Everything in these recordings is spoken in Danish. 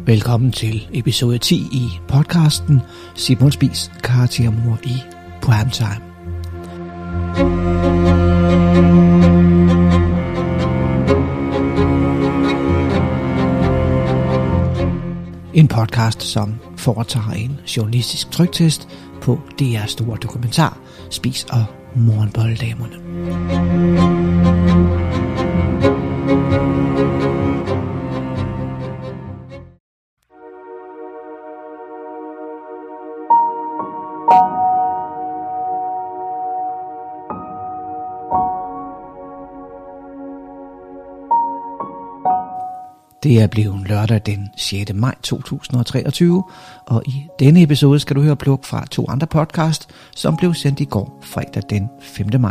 Velkommen til episode 10 i podcasten Simon Spies karaktermord i Primetime. En podcast, som foretager en journalistisk tryktest på DR's store dokumentar Spies og Morgenbolledamerne. Det er blevet lørdag den 6. maj 2023, og i denne episode skal du høre pluk fra 2 andre podcast, som blev sendt i går fredag den 5. maj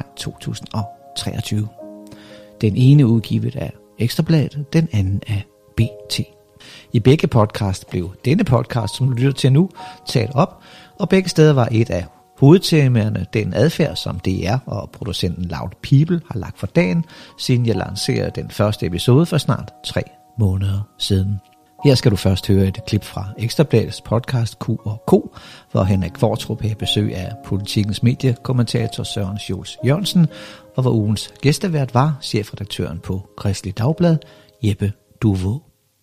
2023. Den ene udgivet af Ekstra Bladet, den anden af BT. I begge podcast blev denne podcast, som du lytter til nu, taget op, og begge steder var et af hovedtemaerne den adfærd, som DR og producenten Loud People har lagt for dagen, siden jeg lancerede den første episode for snart 3 måneder siden. Her skal du først høre et klip fra Ekstra Bladets podcast Q&K, hvor Henrik Qvortrup har besøg af Politikens mediekommentator Søren Schultz Jørgensen, og hvor ugens gæstevært var chefredaktøren på Kristeligt Dagblad, Jeppe Duvå.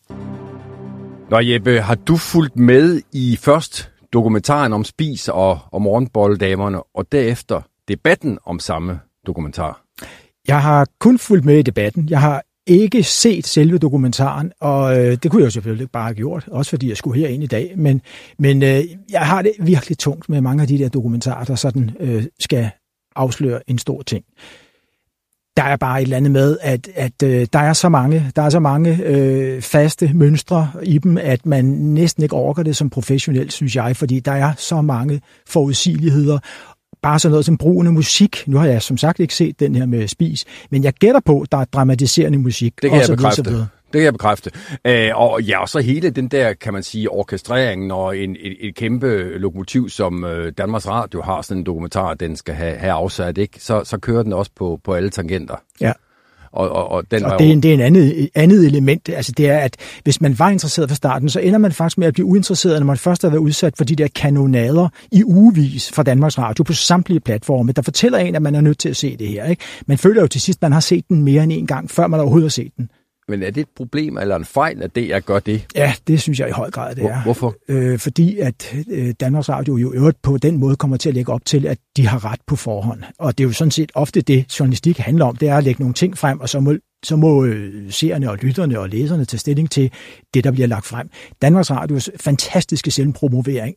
Nå Jeppe, har du fulgt med i først dokumentaren om Spies og Morgenbolledamerne, og derefter debatten om samme dokumentar? Jeg har kun fulgt med i debatten. Jeg har ikke set selve dokumentaren, og det kunne jeg jo selvfølgelig bare have gjort, også fordi jeg skulle herind i dag, men jeg har det virkelig tungt med mange af de der dokumentarer, der sådan skal afsløre en stor ting. Der er bare et eller andet med, at der er så mange faste mønstre i dem, at man næsten ikke orker det som professionel, synes jeg, fordi der er så mange forudsigeligheder. Bare sådan noget som brugen af musik. Nu har jeg som sagt ikke set den her med Spies, men jeg gætter på, der er dramatiserende musik. Det kan jeg bekræfte. Det kan jeg bekræfte. Og så hele den der, kan man sige, orkestreringen og et kæmpe lokomotiv, som Danmarks Radio har sådan en dokumentar, den skal have afsat, ikke? Så kører den også på alle tangenter. Ja. Og det er en andet element. Altså det er, at hvis man var interesseret fra starten, så ender man faktisk med at blive uinteresseret, når man først har været udsat for de der kanonader i ugevis fra Danmarks Radio på samtlige platforme, der fortæller en, at man er nødt til at se det her. Ikke? Man føler jo til sidst, at man har set den mere end en gang, før man overhovedet har set den. Men er det et problem eller en fejl, at DR gør det? Ja, det synes jeg i høj grad, det er. Hvorfor? Fordi at Danmarks Radio jo øvrigt på den måde kommer til at lægge op til, at de har ret på forhånd. Og det er jo sådan set ofte det, journalistik handler om, det er at lægge nogle ting frem, og så må seerne og lytterne og læserne tage stilling til det, der bliver lagt frem. Danmarks Radios fantastiske selvpromovering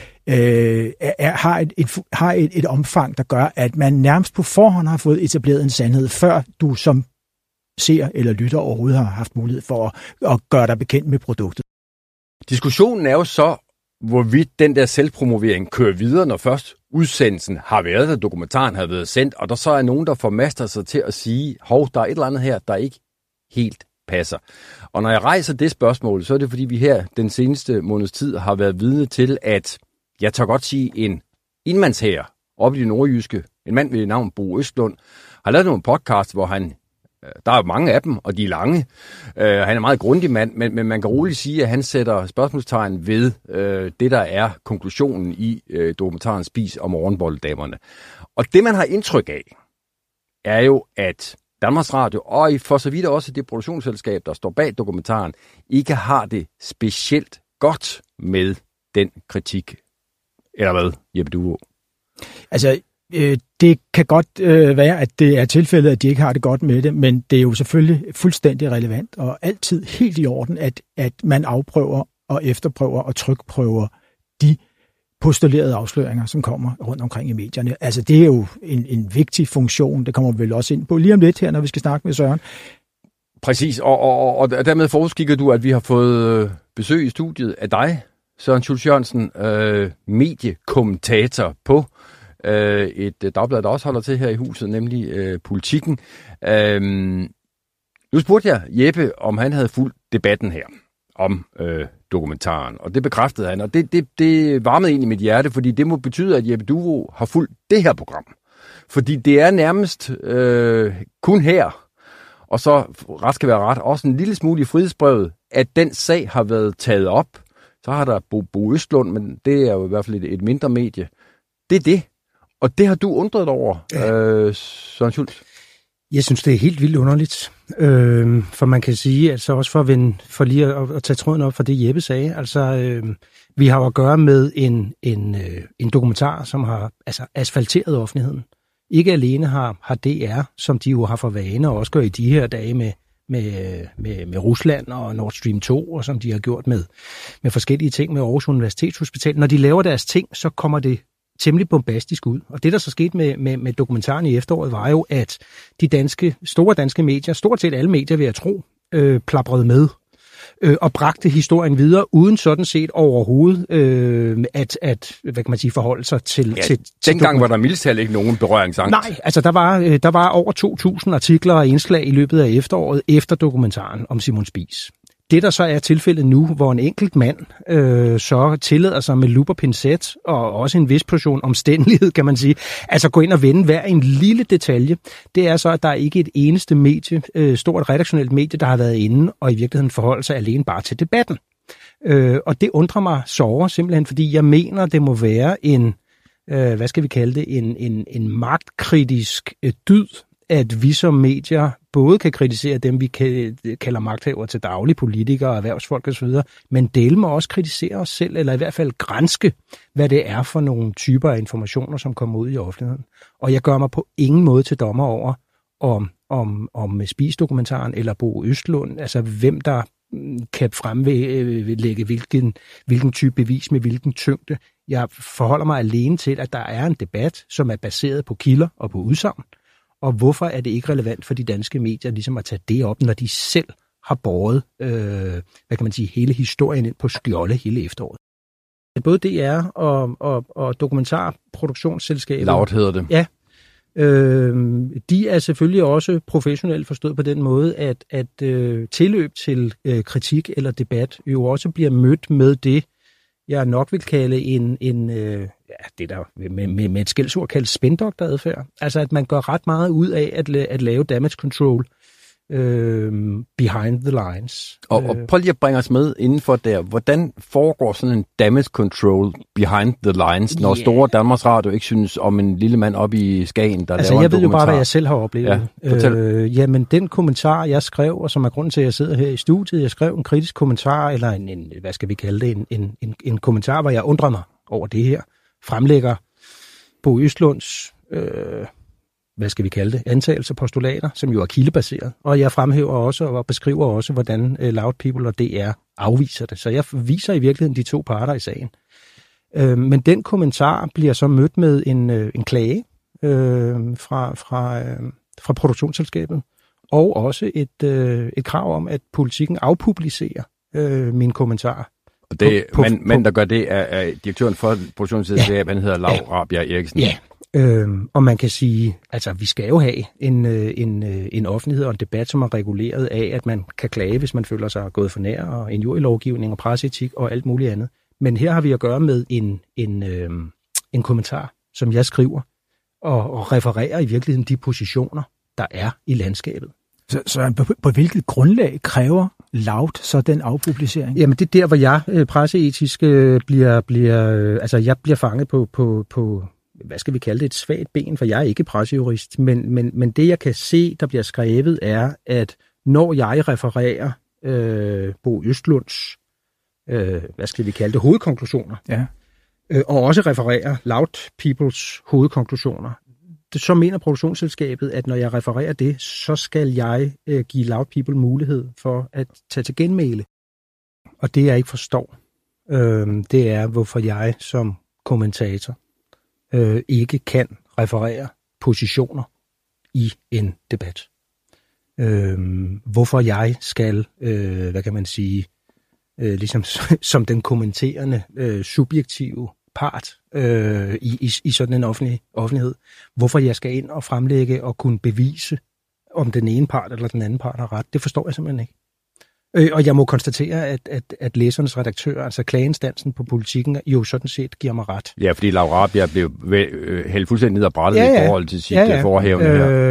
har et omfang, der gør, at man nærmest på forhånd har fået etableret en sandhed, før du som ser eller lytter overhovedet har haft mulighed for at gøre dig bekendt med produktet. Diskussionen er jo så, hvorvidt den der selvpromovering kører videre, når først udsendelsen har været, og dokumentaren har været sendt, og der så er nogen, der formaster sig til at sige, hov, der er et eller andet her, der ikke helt passer. Og når jeg rejser det spørgsmål, så er det fordi, vi her den seneste måneds tid har været vidne til, at jeg tør godt sige, en enmandshær oppe i det nordjyske, en mand ved navn Bo Østlund, har lavet nogle podcast, hvor han der er mange af dem, og de er lange. Han er en meget grundig mand, men man kan roligt sige, at han sætter spørgsmålstegn ved det, der er konklusionen i dokumentaren Spies og Morgenbolledamerne. Og det, man har indtryk af, er jo, at Danmarks Radio, og for så vidt også det produktionsselskab, der står bag dokumentaren, ikke har det specielt godt med den kritik. Eller hvad, Jeppe Duvå? Altså, det kan godt være, at det er tilfældet, at de ikke har det godt med det, men det er jo selvfølgelig fuldstændig relevant og altid helt i orden, at man afprøver og efterprøver og trykprøver de postulerede afsløringer, som kommer rundt omkring i medierne. Altså det er jo en vigtig funktion, det kommer vi vel også ind på lige om lidt her, når vi skal snakke med Søren. Præcis, og dermed forudskikker du, at vi har fået besøg i studiet af dig, Søren Schultz Jørgensen, mediekommentator på et dagblad, der også holder til her i huset, nemlig Politikken. Nu spurgte jeg Jeppe, om han havde fulgt debatten her om dokumentaren, og det bekræftede han, og det varmede ind i mit hjerte, fordi det må betyde, at Jeppe Duvå har fulgt det her program. Fordi det er nærmest kun her, og så ret skal være ret, også en lille smule i frihedsbrevet, at den sag har været taget op. Så har der Bo Østlund, men det er jo i hvert fald et mindre medie. Det er det. Og det har du undret over, Søren Schultz? Jeg synes, det er helt vildt underligt. For man kan sige, altså også for lige at tage tråden op for det, Jeppe sagde, altså vi har at gøre med en dokumentar, som har asfalteret offentligheden. Ikke alene har DR, som de jo har for vane, og også gør i de her dage med Rusland og Nord Stream 2, og som de har gjort med forskellige ting med Aarhus Universitetshospital. Når de laver deres ting, så kommer det temmelig bombastisk ud. Og det, der så skete med dokumentaren i efteråret, var jo, at de store danske medier, stort set alle medier, vil jeg tro, plaprede med og bragte historien videre, uden sådan set overhovedet at hvad kan man sige, forholde sig til... Ja, dengang var der mildest talt ikke nogen berøringsangst. Nej, altså der var over 2.000 artikler og indslag i løbet af efteråret efter dokumentaren om Simon Spies. Det, der så er tilfældet nu, hvor en enkelt mand så tillader sig med lup og pincet, og også en vis portion omstændighed, kan man sige, altså gå ind og vende hver en lille detalje, det er så, at der er ikke et eneste medie, stort redaktionelt medie, der har været inde, og i virkeligheden forholder sig alene bare til debatten. Og det undrer mig såre, simpelthen, fordi jeg mener, det må være en, hvad skal vi kalde det, en magtkritisk dyd, at vi som medier både kan kritisere dem, vi kalder magthavere til daglige politikere, erhvervsfolk osv., men dele må også kritisere os selv, eller i hvert fald granske, hvad det er for nogle typer af informationer, som kommer ud i offentligheden. Og jeg gør mig på ingen måde til dommer over, om Spies-dokumentaren eller Bo Østlund, altså hvem der kan fremlægge hvilken type bevis med hvilken tyngde. Jeg forholder mig alene til, at der er en debat, som er baseret på kilder og på udsagn. Og hvorfor er det ikke relevant for de danske medier ligesom at tage det op, når de selv har båret, hvad kan man sige, hele historien ind på skjolde hele efteråret? Både DR og dokumentarproduktionsselskabet... Loud hedder det. Ja. De er selvfølgelig også professionelt forstået på den måde, at tilløb til kritik eller debat jo også bliver mødt med det, jeg nok vil kalde det der med et skældsord kaldt spindokteradfærd. Altså at man gør ret meget ud af at lave damage control behind the lines. Og prøv lige at bringe os med indenfor der. Hvordan foregår sådan en damage control behind the lines, når store Danmarks Radio ikke synes om en lille mand oppe i Skagen, der laver en dokumentar? Jeg ved jo bare, hvad jeg selv har oplevet. Ja, jamen, den kommentar, jeg skrev, og som er grunden til, at jeg sidder her i studiet, jeg skrev en kritisk kommentar, eller en hvad skal vi kalde det, en kommentar, hvor jeg undrer mig over det her, fremlægger Bo Østlunds hvad skal vi kalde det, antagelser, postulater, som jo er kildebaseret. Og jeg fremhæver også og beskriver også, hvordan Loud People og DR afviser det. Så jeg viser i virkeligheden de to parter i sagen. Men den kommentar bliver så mødt med en klage fra produktionsselskabet, og også et krav om, at Politikken afpublicerer min kommentar. Og det, men der gør det er direktøren for produktionsselskabet, han hedder Laura Rabjerg Eriksen. Ja. Og man kan sige, altså vi skal jo have en offentlighed og en debat, som er reguleret af, at man kan klage, hvis man føler sig gået for nær, og injurielovgivning og presseetik og alt muligt andet. Men her har vi at gøre med en kommentar, som jeg skriver, og refererer i virkeligheden de positioner, der er i landskabet. Så på hvilket grundlag kræver Loud så den afpublicering? Jamen det er der, hvor jeg presseetisk jeg bliver fanget på hvad skal vi kalde det, et svagt ben, for jeg er ikke pressejurist, men det jeg kan se, der bliver skrevet, er, at når jeg refererer Bo Østlunds, hvad skal vi kalde det, hovedkonklusioner, ja. Og også refererer Loud Peoples hovedkonklusioner, så mener produktionsselskabet, at når jeg refererer det, så skal jeg give Loud People mulighed for at tage til genmæle. Og det jeg ikke forstår, det er, hvorfor jeg som kommentator ikke kan referere positioner i en debat. Hvorfor jeg skal, hvad kan man sige, ligesom som den kommenterende subjektive part i sådan en offentlighed, hvorfor jeg skal ind og fremlægge og kunne bevise, om den ene part eller den anden part har ret, det forstår jeg simpelthen ikke. Og jeg må konstatere, at læsernes redaktør, altså klageinstansen på Politikken, jo sådan set giver mig ret. Ja, fordi Laura Rabjerg blev hældt fuldstændig ned ad brættet i forhold til sit forhævne her.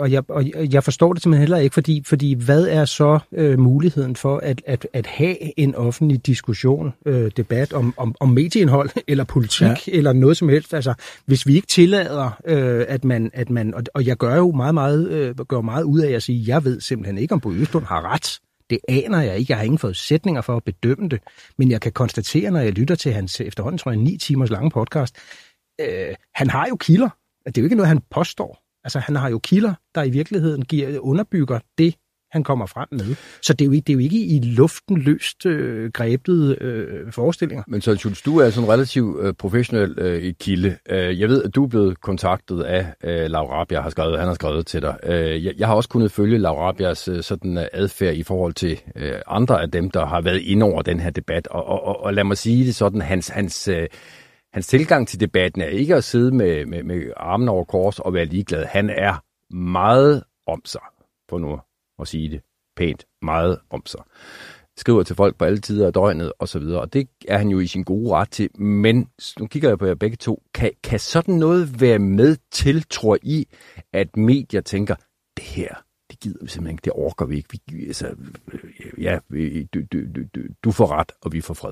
jeg forstår det simpelthen heller ikke, fordi hvad er så muligheden for at have en offentlig diskussion, debat om medieindhold eller politik eller noget som helst? Altså, hvis vi ikke tillader, at man og jeg gør jo meget ud af at sige, jeg ved simpelthen ikke, om Bo Østlund har ret. Det aner jeg ikke. Jeg har ingen forudsætninger for at bedømme det, men jeg kan konstatere, når jeg lytter til hans efterhånden, tror jeg, 9 timers lange podcast, han har jo kilder. Det er jo ikke noget, han påstår. Altså, han har jo kilder, der i virkeligheden underbygger det, han kommer frem med. Så det er jo ikke i luften løst grebet forestillinger. Men så Schultz, du er sådan relativt professionel kilde. Jeg ved, at du er blevet kontaktet af Laura Rabia, han har skrevet til dig. Jeg har også kunnet følge Laura Rabias sådan adfærd i forhold til andre af dem, der har været inde over den her debat. Og lad mig sige det sådan, hans tilgang til debatten er ikke at sidde med armen over kors og være ligeglad. Han er meget om sig, for nu at sige det pænt, meget om sig. Skriver til folk på alle tider af døgnet og så videre, og det er han jo i sin gode ret til. Men nu kigger jeg på jer begge to. Kan sådan noget være med til, tror I, at medier tænker, det her, det gider vi simpelthen ikke, det orker vi ikke. Du får ret, og vi får fred.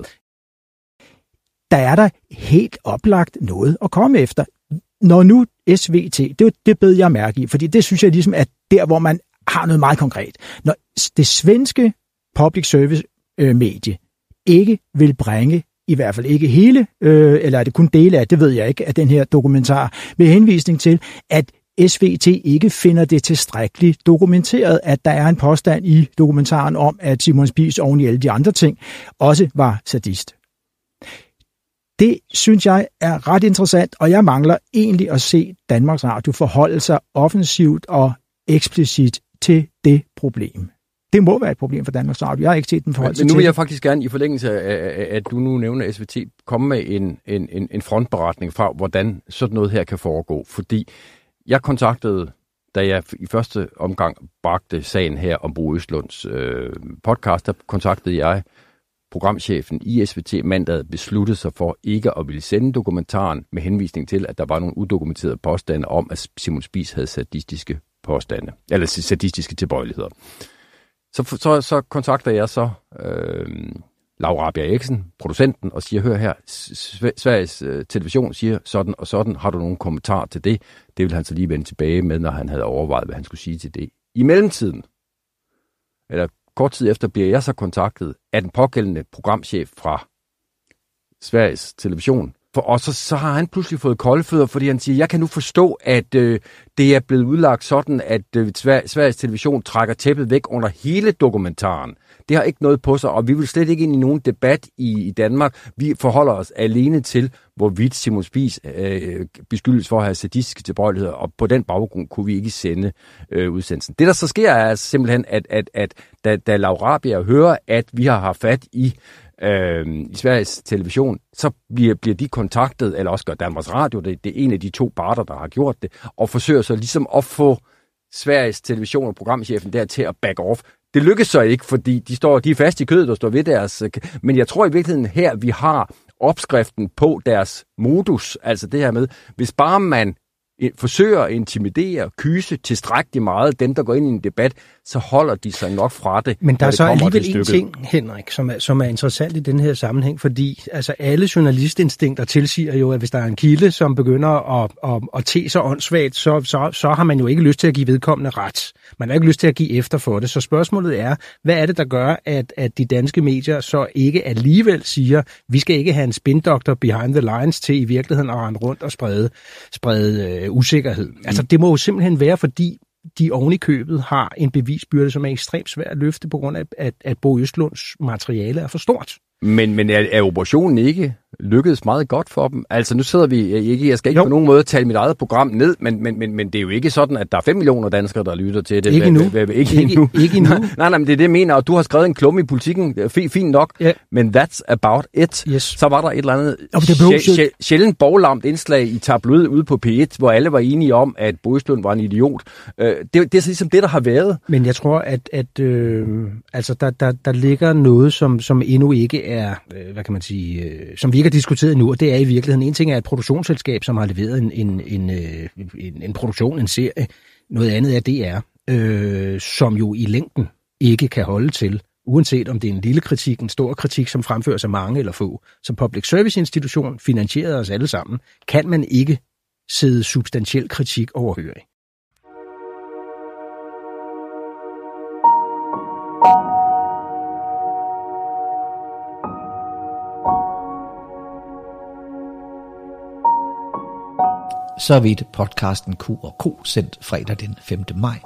Der er der helt oplagt noget at komme efter. Når nu SVT, det bed jeg mærke i, fordi det synes jeg ligesom er der, hvor man har noget meget konkret. Når det svenske public service medie ikke vil bringe, i hvert fald ikke hele, eller er det kun dele af, det ved jeg ikke, af den her dokumentar, med henvisning til, at SVT ikke finder det tilstrækkeligt dokumenteret, at der er en påstand i dokumentaren om, at Simon Spies oven i alle de andre ting også var sadist. Det synes jeg er ret interessant, og jeg mangler egentlig at se Danmarks Radio forholde sig offensivt og eksplicit til det problem. Det må være et problem for Danmarks Radio. Jeg har ikke set den forholde sig til. Men nu vil jeg faktisk gerne, i forlængelse af, at du nu nævner SVT, komme med en frontberetning fra, hvordan sådan noget her kan foregå. Fordi jeg kontaktede, da jeg i første omgang bragte sagen her om Bo Østlunds podcast, der kontaktede jeg programchefen i SVT mandag besluttede sig for ikke at ville sende dokumentaren med henvisning til, at der var nogle udokumenterede påstande om, at Simon Spies havde sadistiske påstande, eller sadistiske tilbøjeligheder. Så kontakter jeg så Laura Rabia Eriksen, producenten, og siger, hør her, Sveriges Television siger sådan og sådan, har du nogen kommentar til det? Det vil han så lige vende tilbage med, når han havde overvejet, hvad han skulle sige til det. I mellemtiden, eller kort tid efter, bliver jeg så kontaktet af den pågældende programchef fra Sveriges Television. Og så har han pludselig fået kolde fødder, fordi han siger, jeg kan nu forstå, at det er blevet udlagt sådan, at Sveriges Television trækker tæppet væk under hele dokumentaren. Det har ikke noget på sig, og vi vil slet ikke ind i nogen debat i Danmark. Vi forholder os alene til, hvorvidt Simon Spies beskyldes for at have sadistiske tilbøjeligheder, og på den baggrund kunne vi ikke sende udsendelsen. Det, der så sker, er simpelthen, at da Laura Rabia hører, at vi har haft fat i Sveriges Television, så bliver de kontaktet, eller også gør Danmarks Radio, det er en af de to parter, der har gjort det, og forsøger så ligesom at få Sveriges Television og programchefen der til at back off. Det lykkes så ikke, fordi de er fast i kødet og står ved deres. Men jeg tror i virkeligheden her, vi har opskriften på deres modus, altså det her med, hvis bare man forsøger at intimidere, kyse tilstrækkeligt meget dem, der går ind i en debat, så holder de sig nok fra det. Men der er så alligevel en ting, Henrik, som er interessant i den her sammenhæng, fordi altså alle journalistinstinkter tilsiger jo, at hvis der er en kilde, som begynder at te sig åndssvagt, så har man jo ikke lyst til at give vedkommende ret. Man har ikke lyst til at give efter for det. Så spørgsmålet er, hvad er det, der gør, at de danske medier så ikke alligevel siger, vi skal ikke have en spindoktor behind the lines til i virkeligheden at rende rundt og sprede usikkerhed. Altså det må jo simpelthen være, fordi de oven i købet har en bevisbyrde, som er ekstremt svær at løfte på grund af, at Bo Østlunds materiale er for stort. Men er operationen ikke lykkedes meget godt for dem? Altså nu sidder vi ikke, jeg skal ikke på nogen måde tale mit eget program ned, men det er jo ikke sådan, at der er 5 millioner danskere, der lytter til det. Ikke endnu. Ikke endnu. Nej, men det er det, jeg mener, og du har skrevet en klumme i Politikken, fint nok, men that's about it. Yes. Så var der et eller andet sjældent borglamt indslag i tabloid ude på P1, hvor alle var enige om, at Bo Østlund var en idiot. Det er så ligesom det, der har været. Men jeg tror, at altså der ligger noget, som endnu ikke er, hvad kan man sige, som vi ikke har diskuteret nu, og det er i virkeligheden en ting er et produktionsselskab, som har leveret en produktion, en serie. Noget andet er DR, som jo i længden ikke kan holde til, uanset om det er en lille kritik, en stor kritik, som fremføres af mange eller få. Som public service institution, finansieret af os alle sammen, kan man ikke sidde substantiel kritik overhørig. Så vidt podcasten Q&K sendt fredag den 5. maj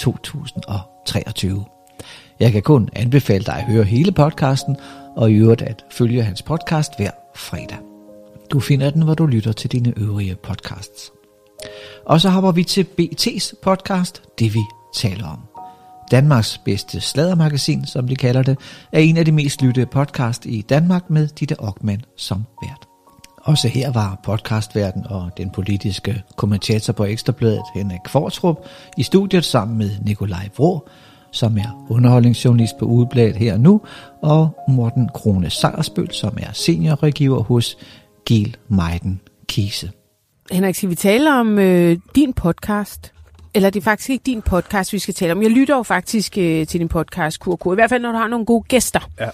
2023. Jeg kan kun anbefale dig at høre hele podcasten, og i øvrigt at følge hans podcast hver fredag. Du finder den, hvor du lytter til dine øvrige podcasts. Og så hopper vi til BT's podcast, Det vi taler om. Danmarks bedste sladdermagasin, som de kalder det, er en af de mest lyttede podcast i Danmark med Ditte Okman som vært. Også her var podcastverden og den politiske kommentator på Ekstrabladet Henrik Kvartrup i studiet sammen med Nikolaj Vrå, som er underholdningsjournalist på Ugebladet her nu, og Morten Krone Sejersbøl, som er seniorrådgiver hos Giel Meiden Kise. Henrik, skal vi tale om din podcast? Eller det er faktisk ikke din podcast, vi skal tale om. Jeg lytter jo faktisk til din podcast, Q&K, i hvert fald når du har nogle gode gæster. Ja.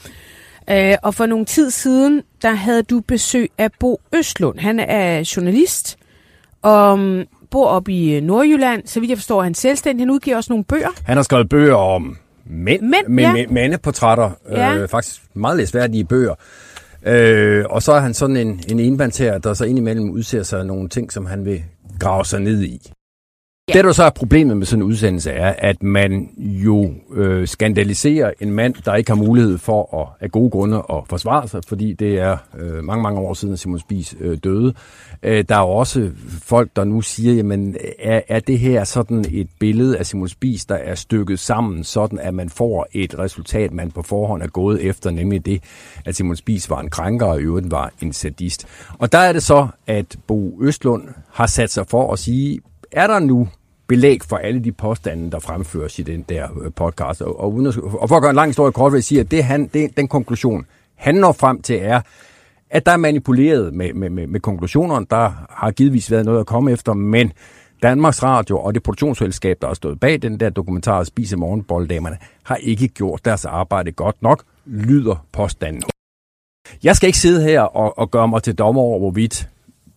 Og for nogle tid siden, der havde du besøg af Bo Østlund. Han er journalist og bor oppe i Nordjylland. Så vidt jeg forstår, han selvstændig. Han udgiver også nogle bøger. Han har skrevet bøger om mandeportrætter. Ja. Faktisk meget læsværdige bøger. Og så er han sådan en enbandter, der så indimellem udser sig nogle ting, som han vil grave sig ned i. Ja. Det, der så er problemet med sådan en udsendelse, er, at man jo skandaliserer en mand, der ikke har mulighed for af gode grunde at forsvare sig, fordi det er mange år siden, Simon Spies døde. Der er også folk, der nu siger, jamen, er det her sådan et billede af Simon Spies, der er stykket sammen, sådan at man får et resultat, man på forhånd er gået efter, nemlig det, at Simon Spies var en krænker, og i øvrigt var en sadist. Og der er det så, at Bo Østlund har sat sig for at sige, er der nu belæg for alle de påstande, der fremføres i den der podcast? Og for at gøre en lang historie kort, vil jeg sige, at den konklusion, han når frem til, er, at der er manipuleret med konklusionerne. Der har givetvis været noget at komme efter, men Danmarks Radio og det produktionsselskab, der har stået bag den der dokumentar Spise morgenbolledamerne, har ikke gjort deres arbejde godt nok, lyder påstanden. Jeg skal ikke sidde her og gøre mig til dommer over, hvorvidt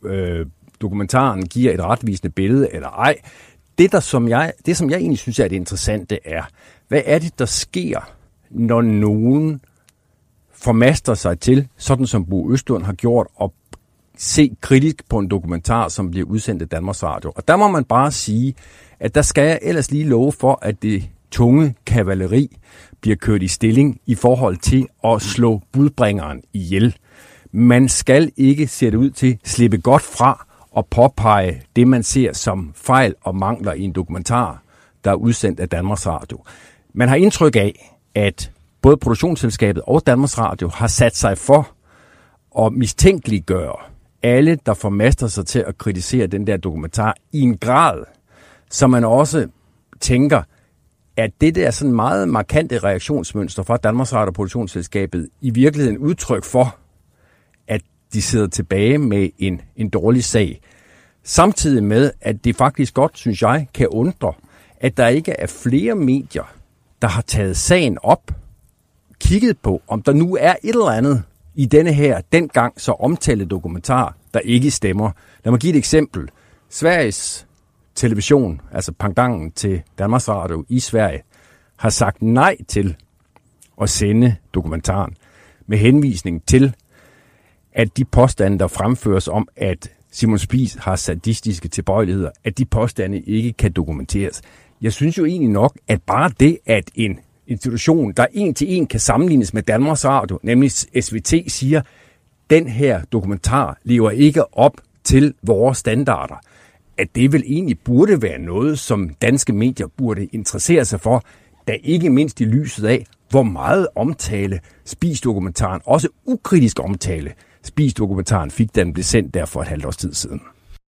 dokumentaren giver et retvisende billede eller ej. Det, som jeg egentlig synes er det interessante, er, hvad er det, der sker, når nogen formaster sig til, sådan som Bo Østlund har gjort, og se kritisk på en dokumentar, som bliver udsendt af Danmarks Radio. Og der må man bare sige, at der skal jeg ellers lige love for, at det tunge kavaleri bliver kørt i stilling i forhold til at slå budbringeren ihjel. Man skal ikke, ser det ud til, slippe godt fra og påpege det, man ser som fejl og mangler i en dokumentar, der er udsendt af Danmarks Radio. Man har indtryk af, at både produktionsselskabet og Danmarks Radio har sat sig for at mistænkeliggøre alle, der formaster sig til at kritisere den der dokumentar i en grad, så man også tænker, at det der sådan meget markante reaktionsmønster fra Danmarks Radio og produktionsselskabet i virkeligheden udtryk for, at de sidder tilbage med en dårlig sag. Samtidig med, at det faktisk godt, synes jeg, kan undre, at der ikke er flere medier, der har taget sagen op, kigget på, om der nu er et eller andet i denne her, dengang så omtalte dokumentar, der ikke stemmer. Lad mig give et eksempel. Sveriges Television, altså pendanten til Danmarks Radio i Sverige, har sagt nej til at sende dokumentaren med henvisning til, at de påstande, der fremføres om, at Simon Spies har sadistiske tilbøjeligheder, at de påstande ikke kan dokumenteres. Jeg synes jo egentlig nok, at bare det, at en institution, der en til en kan sammenlignes med Danmarks Radio, nemlig SVT, siger, den her dokumentar lever ikke op til vores standarder, at det vel egentlig burde være noget, som danske medier burde interessere sig for, da ikke mindst i lyset af, hvor meget omtale Spies-dokumentaren, også ukritisk omtale, Spies-dokumentaren fik, da den blev sendt der for et halvt års tid siden.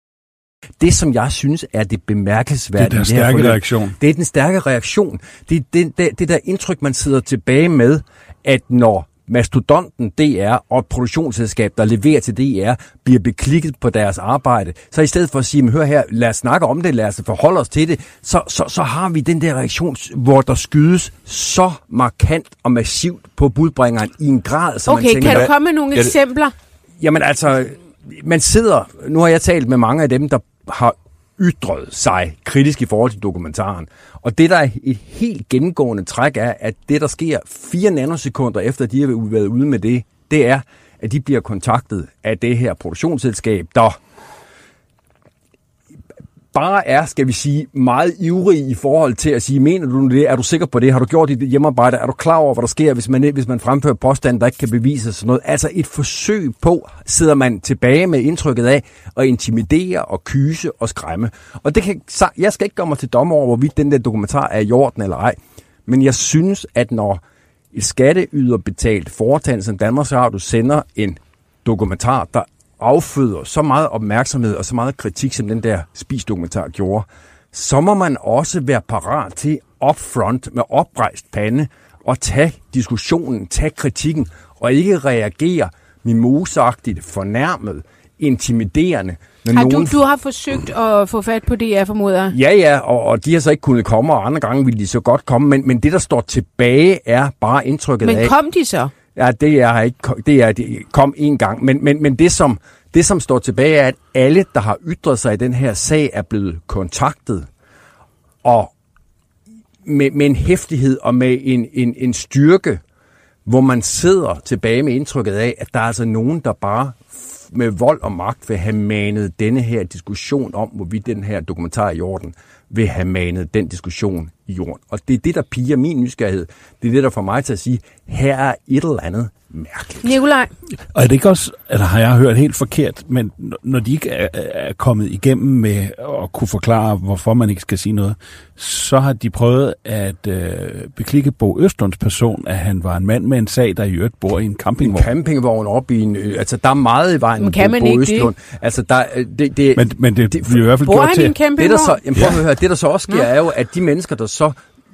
Det, som jeg synes er det bemærkelsesværdige... Det er den stærke reaktion. Det er der indtryk, man sidder tilbage med, at når mastodonten DR og et produktionsselskab, der leverer til DR, bliver beklikket på deres arbejde, så i stedet for at sige, hør her, lad os snakke om det, lad os forholde os til det, så har vi den der reaktion, hvor der skydes så markant og massivt på budbringeren i en grad, så man tænker... Kan du komme med nogle eksempler? Jamen altså, man sidder... Nu har jeg talt med mange af dem, der har ytret sig kritisk i forhold til dokumentaren. Og det, der er et helt gennemgående træk er, at det, der sker 4 nanosekunder efter, de har været ude med det er, at de bliver kontaktet af det her produktionsselskab, der bare er, skal vi sige, meget ivrig i forhold til at sige, mener du det? Er du sikker på det? Har du gjort dit hjemmearbejde? Er du klar over, hvad der sker, hvis man fremfører påstanden, der ikke kan bevises sådan noget? Altså et forsøg på, sidder man tilbage med indtrykket af at intimidere og kyse og skræmme. Og det kan, jeg skal ikke gøre mig til dommer over, hvorvidt den der dokumentar er i orden eller ej. Men jeg synes, at når et skatteyderbetalt foretagende som Danmarks Radio sender en dokumentar, der afføder så meget opmærksomhed og så meget kritik, som den der Spis-dokumentar gjorde, så må man også være parat til upfront med oprejst pande og tage diskussionen, tage kritikken, og ikke reagere mimoseagtigt, fornærmet, intimiderende. Du har forsøgt at få fat på DR, formoder? Ja, og de har så ikke kunnet komme, og andre gange ville de så godt komme, men det, der står tilbage, er bare indtrykket af... Men kom de så? Ja, det kom en gang, men det som står tilbage er, at alle, der har ytret sig i den her sag, er blevet kontaktet, og med en heftighed og med en styrke, hvor man sidder tilbage med indtrykket af, at der er altså nogen, der bare med vold og magt vil have manet denne her diskussion om, hvorvidt den her dokumentar er i orden, vil have manet den diskussion i jorden. Og det er det, der piger min nysgerrighed. Det er det, der får mig til at sige, her er et eller andet mærkeligt. Nikolaj? Og er det ikke også, at har jeg hørt helt forkert, men når de ikke er kommet igennem med at kunne forklare, hvorfor man ikke skal sige noget, så har de prøvet at beklikke Bo Østlunds person, at han var en mand med en sag, der i øvrigt bor i en campingvogn. En campingvogn op i en... altså, der er meget i vejen med Bo Østlund. Altså, men det bliver i hvert fald gjort til... Det, der så, prøv at høre, det, der så også sker, er jo, at de mennesker, der så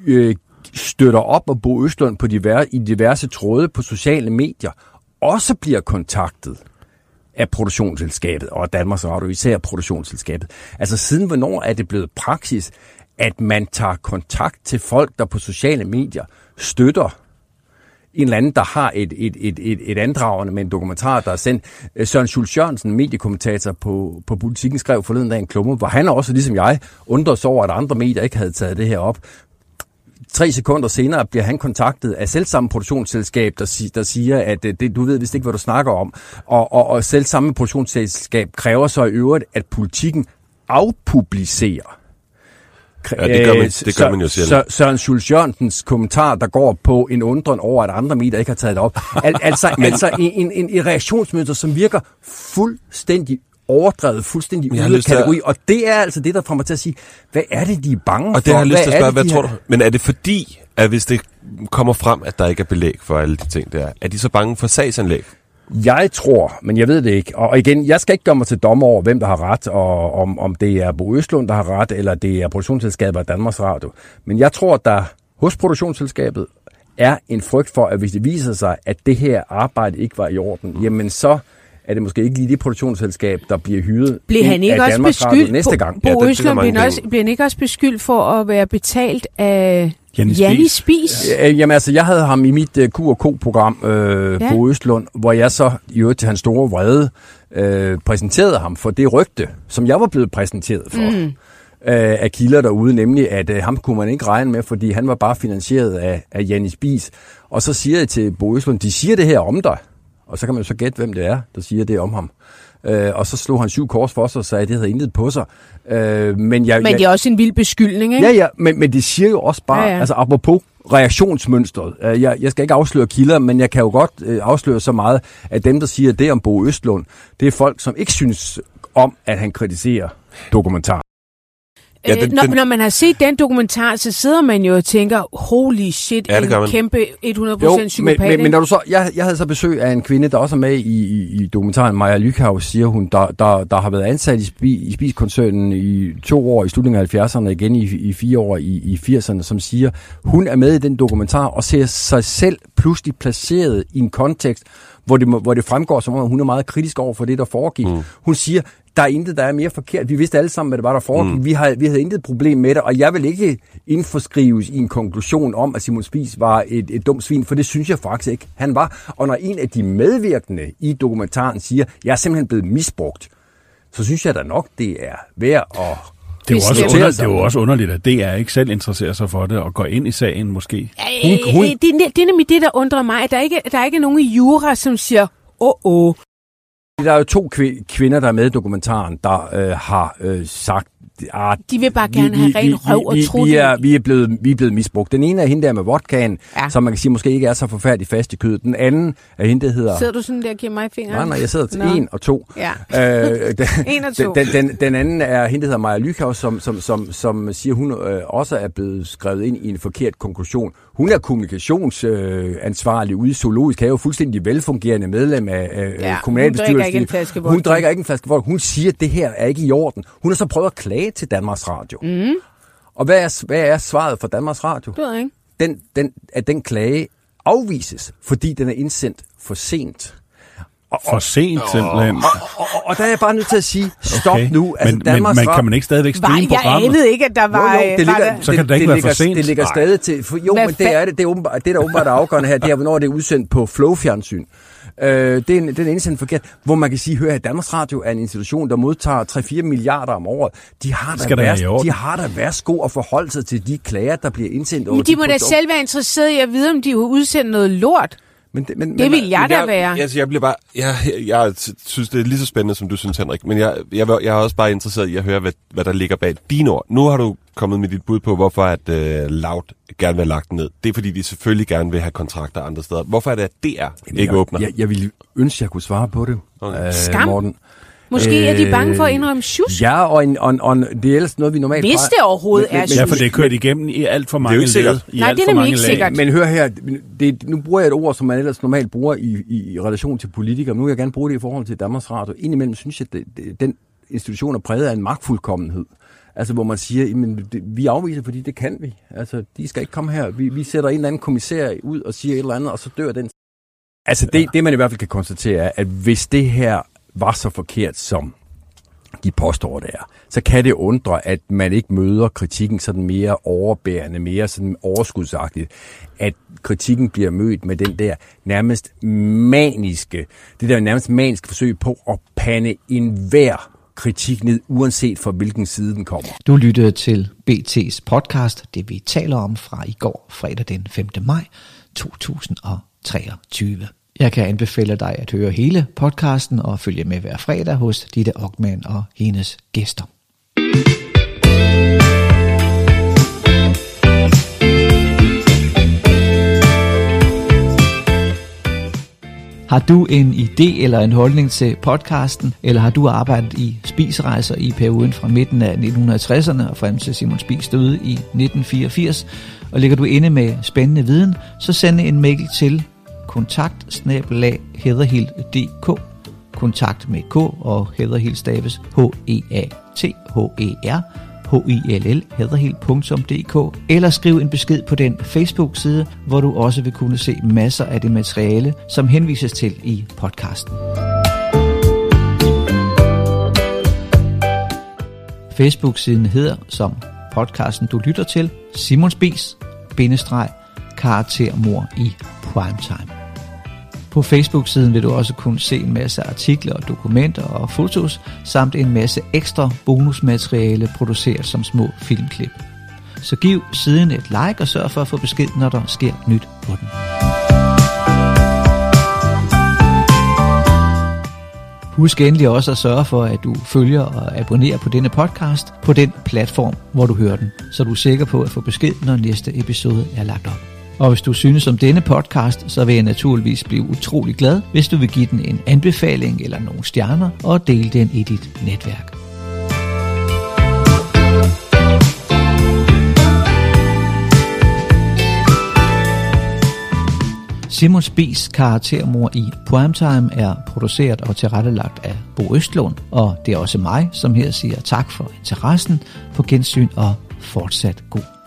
støtter op og Bo Østlund på diverse tråde på sociale medier, også bliver kontaktet af produktionsselskabet og Danmarks Radio, især produktionsselskabet. Altså siden hvornår er det blevet praksis, at man tager kontakt til folk, der på sociale medier støtter en eller anden, der har et andragende med en dokumentar, der er sendt. Søren Schultz Jørgensen, mediekommentator på Politikken, skrev forleden dag en klumme, hvor han også, ligesom jeg, undrer sig over, at andre medier ikke havde taget det her op. 3 sekunder senere bliver han kontaktet af selvsamme produktionsselskab, der siger, at du ved vist ikke, hvad du snakker om. Og selvsamme produktionsselskab kræver så i øvrigt, at Politikken afpublicerer. Ja, det gør man jo selv. Søren Schultz Jørgensens kommentar, der går på en undren over, at andre medier ikke har taget det op. Altså en reaktionsmønster, som virker fuldstændig overdrevet, fuldstændig ude af kategori. Og det er altså det, der får mig til at sige, hvad er det, de er bange for? Og det har jeg lyst til at spørge, hvad tror du? Men er det fordi, at hvis det kommer frem, at der ikke er belæg for alle de ting der, er de så bange for sagsanlæg? Jeg tror, men jeg ved det ikke. Og igen, jeg skal ikke gøre mig til dommer over, hvem der har ret, og om det er Bo Østlund, der har ret, eller det er produktionsselskabet af Danmarks Radio. Men jeg tror, at der hos produktionsselskabet er en frygt for, at hvis det viser sig, at det her arbejde ikke var i orden, jamen så er det måske ikke lige det produktionsselskab, der bliver hyret af Danmarks Radio næste gang. Bo Østlund bliver han ikke også beskyldt for at være betalt af Janni Spies? Jamen altså, jeg havde ham i mit Q&K-program, Bo Østlund, hvor jeg så i øvrigt til hans store vrede præsenterede ham for det rygte, som jeg var blevet præsenteret for. Af kilder derude, nemlig at ham kunne man ikke regne med, fordi han var bare finansieret af Janni Spies. Og så siger jeg til Bo Østlund, de siger det her om dig. Og så kan man jo så gætte, hvem det er, der siger det om ham. Og så slog han 7 kors for sig og sagde, at det havde intet på sig. Men det er også en vild beskyldning, ikke? Ja, men det siger jo også bare, altså apropos reaktionsmønstret. Jeg skal ikke afsløre kilder, men jeg kan jo godt afsløre så meget, at dem, der siger det om Bo Østlund, det er folk, som ikke synes om, at han kritiserer dokumentar. Når man har set den dokumentar, så sidder man jo og tænker, holy shit, en kæmpe 100% psykopat. Men når du så, jeg havde så besøg af en kvinde, der også er med i dokumentaren, Maja Lykhaus, siger hun, der har været ansat i Spis-koncernen i 2 år i slutningen af 70'erne, igen i 4 år i 80'erne, som siger, hun er med i den dokumentar og ser sig selv pludselig placeret i en kontekst, hvor det fremgår, som om hun er meget kritisk over for det, der foregik. Hun siger, der er intet, der er mere forkert. Vi vidste alle sammen, hvad det var, der foregik. Vi havde intet problem med det, og jeg vil ikke indforskrives i en konklusion om, at Simon Spies var et dumt svin, for det synes jeg faktisk ikke, han var. Og når en af de medvirkende i dokumentaren siger, jeg er simpelthen blevet misbrugt, så synes jeg da nok, det er værd at... Det er jo også underligt, at DR ikke selv interesserer sig for det og går ind i sagen måske. Det er nemlig det, der undrer mig, at der er ikke nogen i jura, som siger, Der er jo 2 kvinder, der er med i dokumentaren, der har sagt, de vil bare gerne have ren røv og tro. Vi er blevet misbrugt. Den ene er hende der med vodkaen, som man kan sige måske ikke er så forfærdeligt fast i kødet. Den anden er hende, der hedder... Sidder du sådan der og giver mig fingeren? Nej, jeg sidder til 1 og 2. Ja. 1 og 2. Den anden er hende, der hedder Maja Lykhaus, som siger, hun også er blevet skrevet ind i en forkert konklusion. Hun er kommunikationsansvarlig ude i Zoologisk Have, fuldstændig velfungerende medlem af kommunalbestyrelsen. Hun drikker ikke en flaske vodka. Hun siger, at det her er ikke i orden. Hun har så prøvet at klage til Danmarks Radio. Og hvad er svaret for Danmarks Radio? Det ved jeg ikke. At den klage afvises, fordi den er indsendt for sent. For sent simpelthen. Og der er jeg bare nødt til at sige, stop nu. Altså, men kan man ikke stadigvæk streame programmet? Jeg anede ikke, at der var... Så kan det ikke være for sent. Det ligger stadig til... Men det er det. Det der åbenbart er afgørende her, det er, hvornår det er udsendt på Flow-fjernsyn. Den er indsendt forkert, hvor man kan sige, hør her, Danmarks Radio er en institution, der modtager 3-4 milliarder om året. De har da værsgo at forholde sig til de klager, der bliver indsendt. Men de må da selv være interesseret i at vide, om de har udsendt noget lort. Det vil jeg da være. Altså, jeg synes, det er lige så spændende, som du synes, Henrik. Men jeg er også bare interesseret i at høre, hvad der ligger bag dine ord. Nu har du kommet med dit bud på, hvorfor at Loud gerne vil have lagt ned. Det er, fordi de selvfølgelig gerne vil have kontrakter andre steder. Hvorfor er det, at DR ikke åbner? Jeg ville ønske, jeg kunne svare på det. Skam. Morten. Måske er de bange for at indrømme sjus. Ja, og det er ellers noget, vi normalt... Hvis det overhovedet er sjus. Ja, for det er kørt igennem i alt for mange led. Nej, det er nemlig ikke sikkert. Men hør her, nu bruger jeg et ord, som man ellers normalt bruger i relation til politikere. Nu vil jeg gerne bruge det i forhold til Danmarks Radio. Indimellem synes jeg, at den institution er præget af en magtfuldkommenhed. Altså, hvor man siger, men vi afviser, fordi det kan vi. Altså, de skal ikke komme her. Vi sætter en eller anden kommissær ud og siger et eller andet, og så dør den. Altså, det man i hvert fald kan konstatere er, at hvis det her var så forkert, som de påstår det er, så kan det undre, at man ikke møder kritikken sådan mere overbærende, mere sådan overskudsagtigt, at kritikken bliver mødt med den der nærmest maniske forsøg på at pande enhver kritik ned, uanset fra hvilken side den kommer. Du lyttede til BT's podcast, det vi taler om fra i går, fredag den 5. maj 2023. Jeg kan anbefale dig at høre hele podcasten og følge med hver fredag hos Ditte Okman og hendes gæster. Har du en idé eller en holdning til podcasten, eller har du arbejdet i spisrejser i perioden fra midten af 1960'erne og frem til Simon Spies døde i 1984, og ligger du inde med spændende viden, så send en mail til kontakt@heatherhill.dk. Kontakt med K, og Heatherhill staves HEATHER HILL, heatherhill.dk, eller skriv en besked på den Facebook-side, hvor du også vil kunne se masser af det materiale, som henvises til i podcasten. Facebook-siden hedder, som podcasten du lytter til, Simon Spies -- karaktermor i primetime. På Facebook-siden vil du også kunne se en masse artikler og dokumenter og fotos, samt en masse ekstra bonusmateriale produceret som små filmklip. Så giv siden et like og sørg for at få besked, når der sker nyt på den. Husk endelig også at sørge for, at du følger og abonnerer på denne podcast på den platform, hvor du hører den, så du er sikker på at få besked, når næste episode er lagt op. Og hvis du synes om denne podcast, så vil jeg naturligvis blive utrolig glad, hvis du vil give den en anbefaling eller nogle stjerner og dele den i dit netværk. Simon Spies karaktermor i Primetime er produceret og tilrettelagt af Bo Østlund, og det er også mig, som her siger tak for interessen, på gensyn og fortsat god